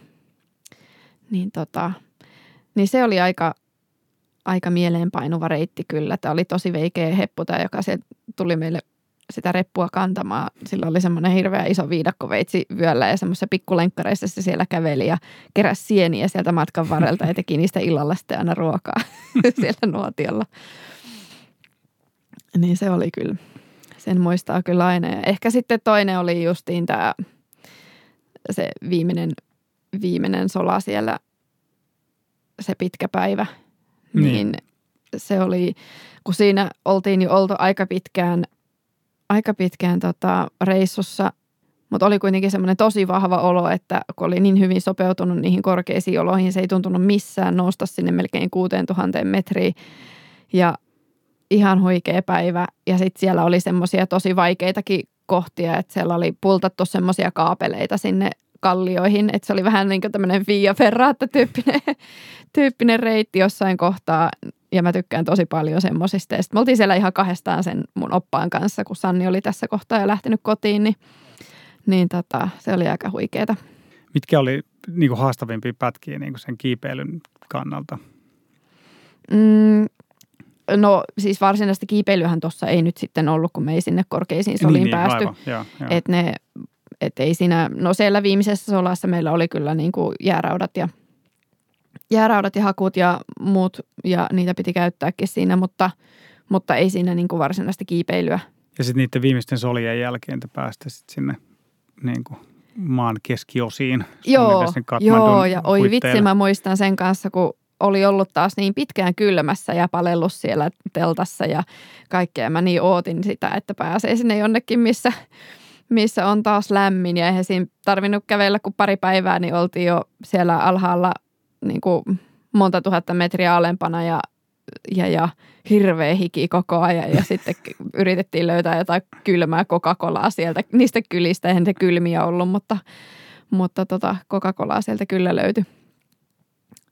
Speaker 2: Niin se oli aika mieleenpainuva reitti kyllä. Tämä oli tosi veikeä heppu, joka se tuli meille sitä reppua kantamaan. Sillä oli semmoinen hirveä iso viidakkoveitsi vyöllä ja semmoisessa pikkulenkkareissa se siellä käveli ja keräsi sieniä sieltä matkan varrelta ja teki niistä illalla sitten aina ruokaa siellä nuotiolla. Niin se oli kyllä, sen muistaa kyllä aina. Ja ehkä sitten toinen oli justiin tämä se viimeinen sola siellä, se pitkä päivä. Niin se oli, kun siinä oltiin jo oltu aika pitkään reissussa, mutta oli kuitenkin semmoinen tosi vahva olo, että kun oli niin hyvin sopeutunut niihin korkeisiin oloihin, se ei tuntunut missään nousta sinne melkein 6000 metriin ja ihan huikea päivä. Ja sitten siellä oli semmoisia tosi vaikeitakin kohtia, että siellä oli pultattu semmoisia kaapeleita sinne kallioihin, että se oli vähän niin kuin tämmöinen Via Ferrata-tyyppinen reitti jossain kohtaa. Ja mä tykkään tosi paljon semmoisista. Ja sitten me oltiin siellä ihan kahdestaan sen mun oppaan kanssa, kun Sanni oli tässä kohtaa ja lähtenyt kotiin, niin se oli aika huikeeta.
Speaker 1: Mitkä oli niin kuin haastavimpia pätkiä niin kuin sen kiipeilyn kannalta?
Speaker 2: No siis varsinaista kiipeilyähän tuossa ei nyt sitten ollut, kun me ei sinne korkeisiin soliin päästy. Että ei siinä, no siellä viimeisessä solassa meillä oli kyllä niin kuin jääraudat ja hakut ja muut, ja niitä piti käyttääkin siinä, mutta ei siinä niin kuin varsinaista kiipeilyä. Ja
Speaker 1: sitten niiden viimeisten solien jälkeen te päästä sitten sinne niin kuin maan keskiosiin.
Speaker 2: Joo, ja oi vitsi, mä muistan sen kanssa, kun oli ollut taas niin pitkään kylmässä ja palellut siellä teltassa ja kaikkea. Mä niin ootin sitä, että pääsee sinne jonnekin, missä on taas lämmin. Ja eihän siinä tarvinnut kävellä kuin pari päivää, niin oltiin jo siellä alhaalla niin kuin monta tuhatta metriä alempana ja hirveä hiki koko ajan. Ja sitten yritettiin löytää jotain kylmää Coca-Colaa sieltä niistä kylistä. Eihän ne kylmiä ollut, mutta Coca-Colaa sieltä kyllä löytyi.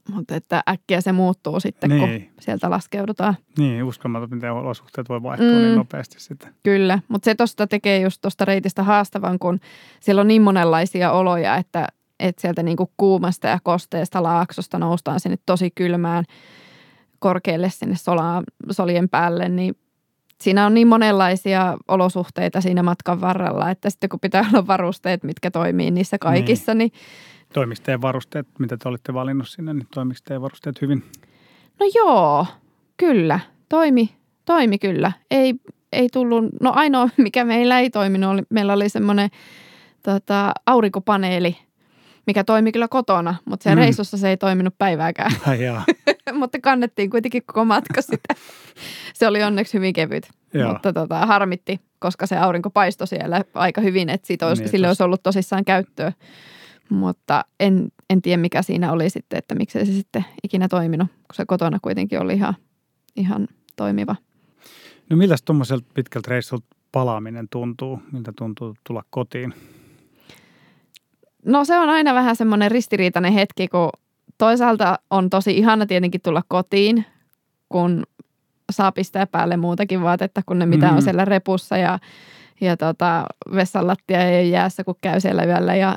Speaker 2: Mutta että äkkiä se muuttuu sitten, kun sieltä laskeudutaan.
Speaker 1: Niin, uskomaton, miten olosuhteet voi vaihtua niin nopeasti sitten.
Speaker 2: Kyllä, mutta se tekee just tuosta reitistä haastavan, kun siellä on niin monenlaisia oloja, että sieltä niinku kuumasta ja kosteesta laaksosta noustaan sinne tosi kylmään korkealle sinne solien päälle, niin siinä on niin monenlaisia olosuhteita siinä matkan varrella, että sitten kun pitää olla varusteet, mitkä toimii niissä kaikissa, niin
Speaker 1: toimiko teidän varusteet, mitä te olitte valinnut sinne, niin toimiko teidän varusteet hyvin?
Speaker 2: No joo, kyllä. Toimi kyllä. Ei tullut, no ainoa mikä meillä ei toiminut, meillä oli semmoinen aurinkopaneeli, mikä toimi kyllä kotona, mutta siellä reissussa se ei toiminut päivääkään. Mutta kannettiin kuitenkin koko matka sitä. Se oli onneksi hyvin kevyt, mutta harmitti, koska se aurinko paistoi siellä aika hyvin, että sille olisi ollut tosissaan käyttöä. Mutta en tiedä, mikä siinä oli sitten, että miksei se sitten ikinä toiminut, kun se kotona kuitenkin oli ihan toimiva.
Speaker 1: No miltäs tuommoiselta pitkältä reissulta palaaminen tuntuu? Miltä tuntuu tulla kotiin?
Speaker 2: No se on aina vähän semmoinen ristiriitainen hetki, kun toisaalta on tosi ihana tietenkin tulla kotiin, kun saa pistää päälle muutakin vaatetta kuin ne, mitä on siellä repussa ja vessanlattia ei ole jäässä, kun käy siellä yöllä ja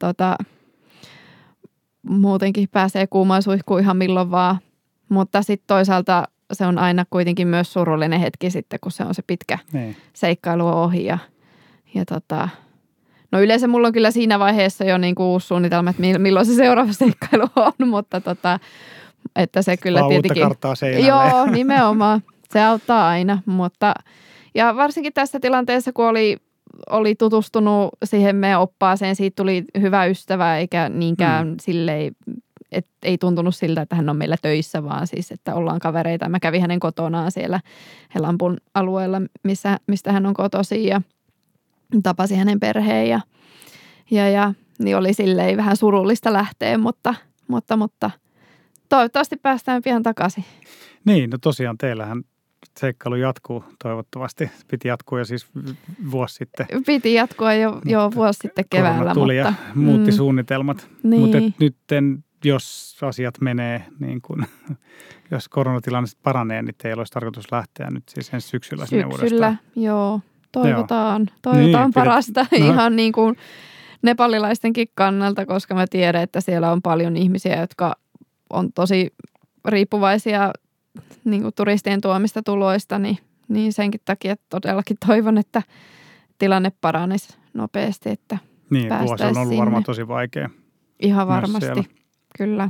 Speaker 2: muutenkin pääsee kuumaan suihkuun ihan milloin vaan. Mutta sitten toisaalta se on aina kuitenkin myös surullinen hetki sitten, kun se on se pitkä seikkailu ohi no yleensä mulla on kyllä siinä vaiheessa jo niin kuin uusi suunnitelma, että milloin se seuraava seikkailu on, mutta että se kyllä tietenkin.
Speaker 1: Karttaa seinälle.
Speaker 2: Joo, nimenomaan. Se auttaa aina, mutta ja varsinkin tässä tilanteessa, kun oli tutustunut siihen meidän oppaaseen, siitä tuli hyvä ystävä, eikä niinkään silleen, että ei tuntunut siltä, että hän on meillä töissä, vaan siis, että ollaan kavereita. Mä kävin hänen kotonaan siellä Helampun alueella, mistä hän on kotoisin ja tapasin hänen perheen ja niin oli silleen vähän surullista lähteä, mutta toivottavasti päästään pian takaisin.
Speaker 1: Niin, no tosiaan teillähän seikkailu jatkuu toivottavasti. Piti jatkua jo siis vuosi sitten.
Speaker 2: Piti jatkua jo vuosi sitten keväällä.
Speaker 1: Tuli ja muutti suunnitelmat.
Speaker 2: Niin.
Speaker 1: Mutta nyt jos asiat menee niin kuin, jos koronatilanne paranee, niin teillä olisi tarkoitus lähteä nyt siis ensi syksyllä sinne uudestaan.
Speaker 2: Syksyllä, joo. Toivotaan niin, parasta ihan niin kuin nepalilaistenkin kannalta, koska mä tiedän, että siellä on paljon ihmisiä, jotka on tosi riippuvaisia niin kuin turistien tuomista tuloista, niin senkin takia todellakin toivon, että tilanne paranisi nopeasti, että
Speaker 1: niin,
Speaker 2: päästäisiin
Speaker 1: vuosi on ollut
Speaker 2: sinne.
Speaker 1: Varmaan tosi vaikea.
Speaker 2: Ihan varmasti, kyllä.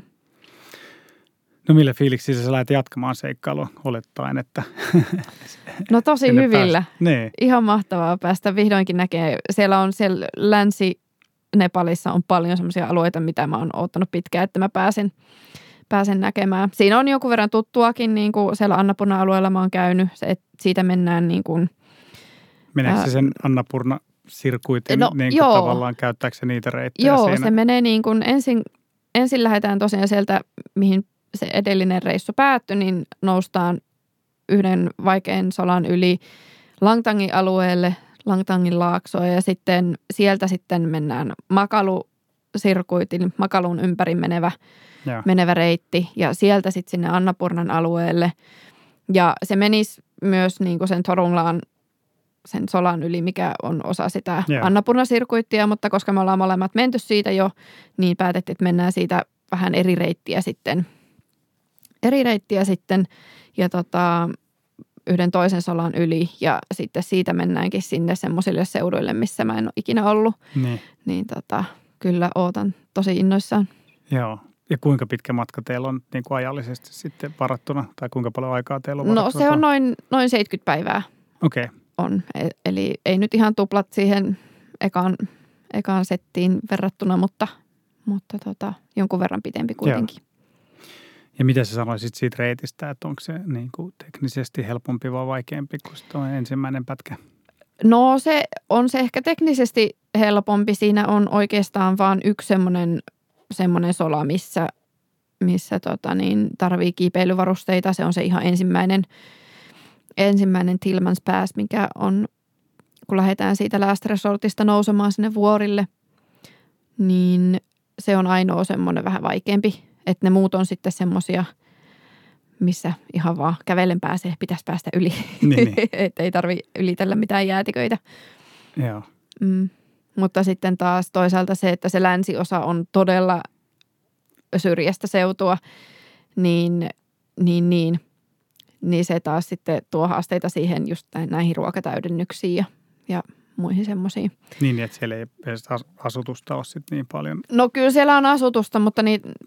Speaker 1: No millä fiiliksillä sä lähdet jatkamaan seikkailua, olettaen, että
Speaker 2: no tosi hyvillä.
Speaker 1: Niin.
Speaker 2: Ihan mahtavaa päästä vihdoinkin näkemään. Siellä Länsi-Nepalissa on paljon semmoisia alueita, mitä mä oon odottanut pitkään, että mä pääsen näkemään. Siinä on jonkun verran tuttuakin, niin kuin siellä Annapurna-alueella mä oon käynyt. Siitä mennään niin kuin
Speaker 1: meneekö se sen Annapurna-sirkuitin niin kuin tavallaan, käyttääkö se niitä reittejä
Speaker 2: joo,
Speaker 1: siinä?
Speaker 2: Se menee niin kuin ensin lähdetään tosiaan sieltä, mihin se edellinen reissu päättyi, niin noustaan yhden vaikean solan yli Langtangin alueelle, Langtangin laaksoon ja sitten sieltä sitten mennään Makalu-sirkuitin, Makalun ympäri menevä reitti ja sieltä sitten sinne Annapurnan alueelle. Ja se menisi myös niin kuin sen Thorunglaan, sen solan yli, mikä on osa sitä Annapurna-sirkuittia, mutta koska me ollaan molemmat menty siitä jo, niin päätettiin, että mennään siitä vähän eri reittiä sitten ja yhden toisen solan yli ja sitten siitä mennäänkin sinne semmoisille seuduille, missä mä en ole ikinä ollut. Niin kyllä ootan tosi innoissaan.
Speaker 1: Joo. Ja kuinka pitkä matka teillä on niin kuin ajallisesti sitten varattuna tai kuinka paljon aikaa teillä on varattuna?
Speaker 2: No se on noin 70 päivää.
Speaker 1: Okei.
Speaker 2: On. Eli ei nyt ihan tuplat siihen ekaan settiin verrattuna, mutta jonkun verran pitempi kuitenkin.
Speaker 1: Joo. Ja mitä sä sanoisit siitä reitistä, että onko se niin kuin teknisesti helpompi vai vaikeampi kuin tuo ensimmäinen pätkä?
Speaker 2: No se on se ehkä teknisesti helpompi. Siinä on oikeastaan vain yksi semmoinen sola, missä tarvii kiipeilyvarusteita. Se on se ihan ensimmäinen Tillmans Pass, mikä on, kun lähdetään siitä Last Resortista nousemaan sinne vuorille, niin se on ainoa semmoinen vähän vaikeampi Että ne muut on sitten semmoisia, missä ihan vaan kävellen pitäisi päästä yli. Niin. Että ei tarvitse ylitellä mitään jäätiköitä.
Speaker 1: Joo.
Speaker 2: Mutta sitten taas toisaalta se, että se länsiosa on todella syrjästä seutua, niin se taas sitten tuo haasteita siihen just näihin ruokatäydennyksiin ja muihin semmoisiin.
Speaker 1: Niin, että siellä ei edes asutusta ole sitten niin paljon.
Speaker 2: No kyllä siellä on asutusta, mutta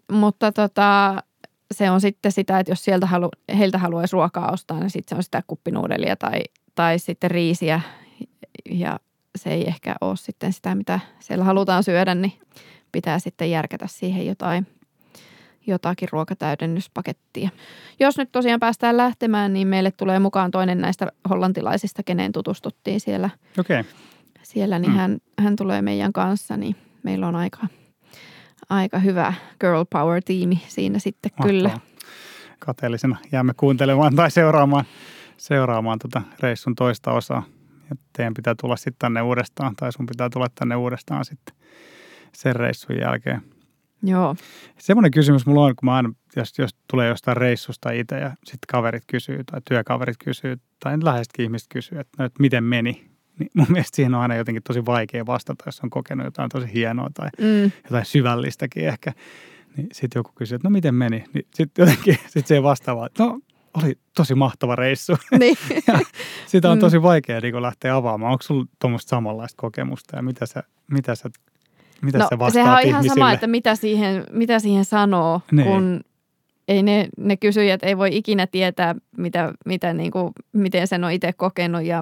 Speaker 2: se on sitten sitä, että jos heiltä haluaisi ruokaa ostaa, niin sitten se on sitä kuppinuudelia tai sitten riisiä ja se ei ehkä ole sitten sitä, mitä siellä halutaan syödä, niin pitää sitten järkätä siihen jotakin ruokatäydennyspakettia. Jos nyt tosiaan päästään lähtemään, niin meille tulee mukaan toinen näistä hollantilaisista, keneen tutustuttiin siellä.
Speaker 1: Okei.
Speaker 2: Siellä, niin hän tulee meidän kanssa, niin meillä on aika hyvä girl power-tiimi siinä sitten. Mahtavaa. Kyllä.
Speaker 1: Kateellisena jäämme kuuntelemaan tai seuraamaan reissun toista osaa. Ja teidän pitää tulla sitten tänne uudestaan, tai sun pitää tulla tänne uudestaan sitten sen reissun jälkeen.
Speaker 2: Joo.
Speaker 1: Semmoinen kysymys mulla on, kun mä aina, jos tulee jostain reissusta itse ja sitten kaverit kysyy tai työkaverit kysyy tai läheisetkin ihmiset kysyy, että miten meni. Niin mun mielestä siihen on aina jotenkin tosi vaikea vastata, jos on kokenut jotain tosi hienoa tai jotain syvällistäkin ehkä. Niin sitten joku kysyy, että no miten meni? Niin sitten jotenkin se ei vastaa vaan, että no oli tosi mahtava reissu. Niin. Sitä on tosi vaikea niin lähteä avaamaan. Onko sulla tuommoista samanlaista kokemusta ja mitä sä vastaat ihmisille?
Speaker 2: Sehän on ihan sama, että mitä siihen sanoo, niin. Kun ei ne kysyjät ei voi ikinä tietää, miten sen on itse kokenut ja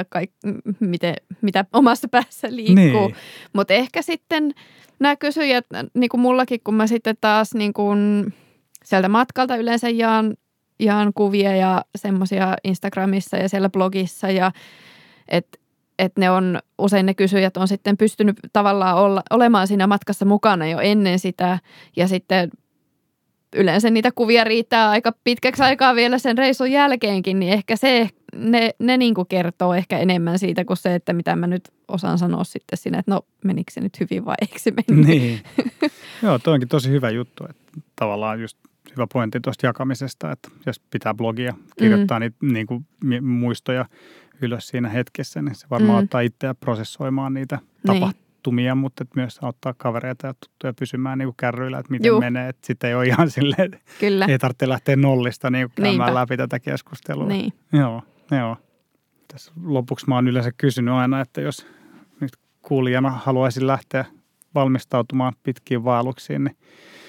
Speaker 2: mitä omassa päässä liikkuu. Niin. Mutta ehkä sitten nämä kysyjät, niin kuin mullakin, kun mä sitten taas niin kuin sieltä matkalta yleensä jaan kuvia ja semmoisia Instagramissa ja siellä blogissa ja että ne on, usein ne kysyjät on sitten pystynyt tavallaan olemaan siinä matkassa mukana jo ennen sitä ja sitten yleensä niitä kuvia riittää aika pitkäksi aikaa vielä sen reissun jälkeenkin, niin ehkä ne niin kuin kertoo ehkä enemmän siitä kuin se, että mitä mä nyt osaan sanoa sitten siinä, että no menikö se nyt hyvin vai eikö se mennyt. Niin.
Speaker 1: Joo, toi onkin tosi hyvä juttu, että tavallaan just hyvä pointti tuosta jakamisesta, että jos pitää blogia, kirjoittaa niitä niin kuin muistoja ylös siinä hetkessä, niin se varmaan auttaa itseä prosessoimaan niitä tapahtumia, mutta myös auttaa kavereita ja tuttuja pysymään niin kuin kärryillä, että miten menee. Että sitten ei ole ihan silleen, että ei tarvitse lähteä nollista niin kuin käymään läpi tätä keskustelua.
Speaker 2: Niin.
Speaker 1: Joo. Tässä lopuksi mä oon yleensä kysynyt aina, että jos nyt kuulijana haluaisin lähteä valmistautumaan pitkiin vaelluksiin, niin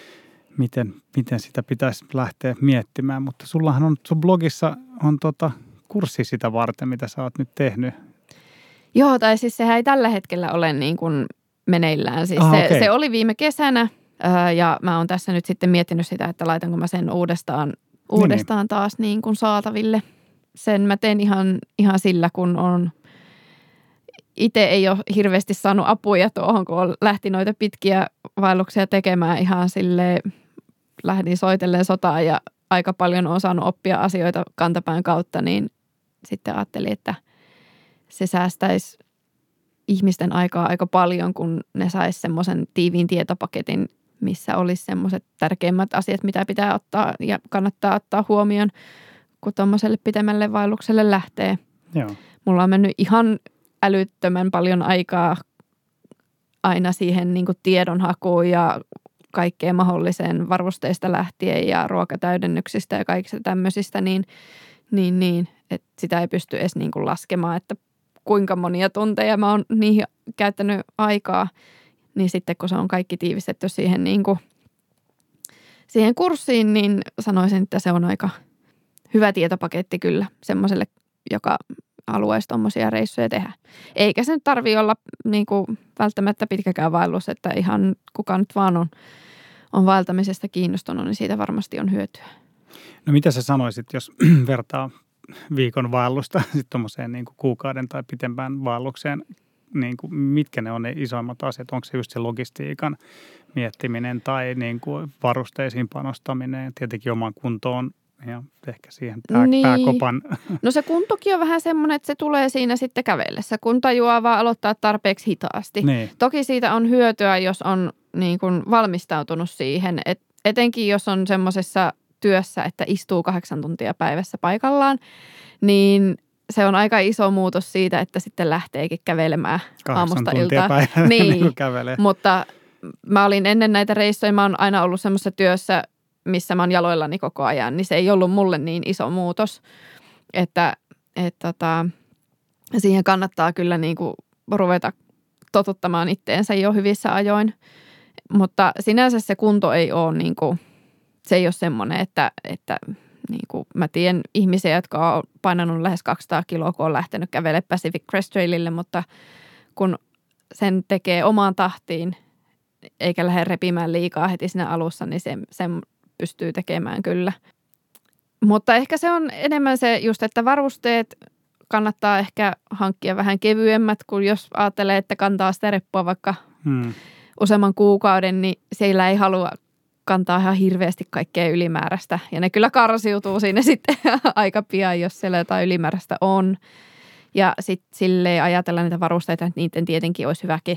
Speaker 1: miten sitä pitäisi lähteä miettimään. Mutta sullahan on, sun blogissa on kurssi sitä varten, mitä sä oot nyt tehnyt.
Speaker 2: Joo, tai siis sehän ei tällä hetkellä ole niin kuin meneillään. Siis se oli viime kesänä ja mä oon tässä nyt sitten miettinyt sitä, että laitanko mä sen uudestaan taas niin kuin saataville. Sen mä teen ihan sillä, kun on itse ei ole hirveästi saanut apuja tuohon, kun lähti noita pitkiä vaelluksia tekemään ihan silleen, lähdin soitellen sotaan ja aika paljon on saanut oppia asioita kantapään kautta, niin sitten ajattelin, että se säästäisi ihmisten aikaa aika paljon, kun ne saisi semmoisen tiiviin tietopaketin, missä olisi semmoiset tärkeimmät asiat, mitä pitää ottaa ja kannattaa ottaa huomioon, kun tuommoiselle pitemmälle vaellukselle lähtee.
Speaker 1: Joo.
Speaker 2: Mulla on mennyt ihan älyttömän paljon aikaa aina siihen niin kuin tiedonhakuun ja kaikkeen mahdolliseen varusteista lähtien ja ruokatäydennyksistä ja kaikista tämmöisistä, niin että sitä ei pysty edes niin kuin laskemaan, että kuinka monia tunteja mä oon niihin käyttänyt aikaa, niin sitten kun se on kaikki tiivistetty siihen, niin kuin, siihen kurssiin, niin sanoisin, että se on aika hyvä tietopaketti kyllä semmoiselle, joka haluaisi tommosia reissuja tehdä. Eikä se nyt tarvitse olla niin kuin välttämättä pitkäkään vaellus, että ihan kuka nyt vaan on vaeltamisesta kiinnostunut, niin siitä varmasti on hyötyä.
Speaker 1: No mitä sä sanoisit, jos vertaa viikon vaellusta sitten tuommoiseen niin kuin kuukauden tai pitempään vaellukseen, niin kuin, mitkä ne on ne isoimmat asiat? Onko se just se logistiikan miettiminen tai niin kuin varusteisiin panostaminen, tietenkin oman kuntoon ja ehkä siihen pääkopan?
Speaker 2: No se kuntokin on vähän semmoinen, että se tulee siinä sitten kävellessä, kun tajuaa vaan aloittaa tarpeeksi hitaasti.
Speaker 1: Niin.
Speaker 2: Toki siitä on hyötyä, jos on niin kuin valmistautunut siihen, etenkin jos on semmoisessa työssä, että istuu 8 tuntia päivässä paikallaan, niin se on aika iso muutos siitä, että sitten lähteekin kävelemään aamusta iltaan.
Speaker 1: 8 tuntia päivässä
Speaker 2: niin,
Speaker 1: kävelee.
Speaker 2: Mutta mä olin ennen näitä reissuja, mä oon aina ollut semmoisessa työssä, missä mä oon jaloillani koko ajan, niin se ei ollut mulle niin iso muutos, että siihen kannattaa kyllä niin kuin ruveta totuttamaan itteensä jo hyvissä ajoin. Mutta sinänsä se kunto ei ole, niin kuin, se ei ole semmoinen, että niin kuin mä tiedän ihmisiä, jotka on painanut lähes 200 kiloa, kun on lähtenyt kävelemään Pacific Crest Trailille, mutta kun sen tekee omaan tahtiin, eikä lähde repimään liikaa heti siinä alussa, niin sen pystyy tekemään kyllä. Mutta ehkä se on enemmän se just, että varusteet kannattaa ehkä hankkia vähän kevyemmät, kun jos ajattelee, että kantaa sitä reppua vaikka useamman kuukauden, niin siellä ei halua kantaa ihan hirveästi kaikkea ylimääräistä. Ja ne kyllä karsiutuu siinä sitten aika pian, jos siellä jotain ylimääräistä on. Ja sitten silleen ajatella niitä varusteita, että niiden tietenkin olisi hyvä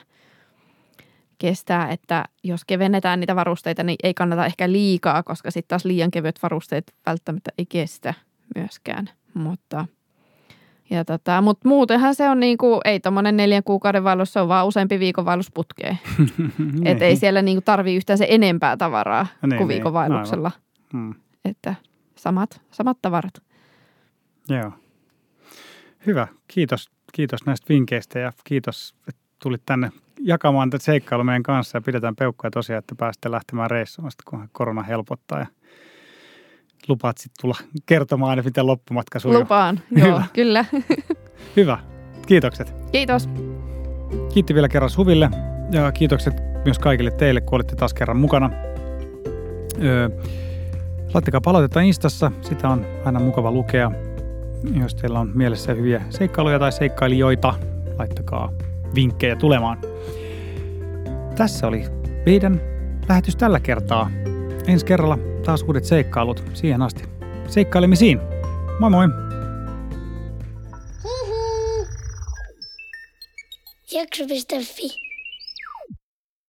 Speaker 2: kestää, että jos kevennetään niitä varusteita, niin ei kannata ehkä liikaa, koska sitten taas liian kevyet varusteet välttämättä ei kestä myöskään. Mutta muutenhan se on niinku, ei tommoinen 4 kuukauden vaellus, se on vaan useampi viikon vaellus putkeen. Että ei siellä niinku tarvii yhtään se enempää tavaraa kuin viikon vaelluksella. Että samat tavarat.
Speaker 1: Joo. Hyvä. Kiitos näistä vinkkeistä ja kiitos, että tulit tänne jakamaan tätä seikkailua meidän kanssa ja pidetään peukkoja tosiaan, että pääsette lähtemään reissuun, kunhan korona helpottaa ja lupaat sitten tulla kertomaan, miten loppumatka sujuu.
Speaker 2: Lupaan, joo, kyllä.
Speaker 1: Hyvä. Kiitokset.
Speaker 2: Kiitos.
Speaker 1: Kiitti vielä kerran Suville ja kiitokset myös kaikille teille, kun olitte taas kerran mukana. Laittakaa palautetta Instassa, sitä on aina mukava lukea. Jos teillä on mielessä hyviä seikkailuja tai seikkailijoita, laittakaa vinkkejä tulemaan. Tässä oli meidän lähetys tällä kertaa. Ensi kerralla taas uudet seikkailut. Siihen asti seikkailemisiin. Moi moi!
Speaker 3: Jakso.fi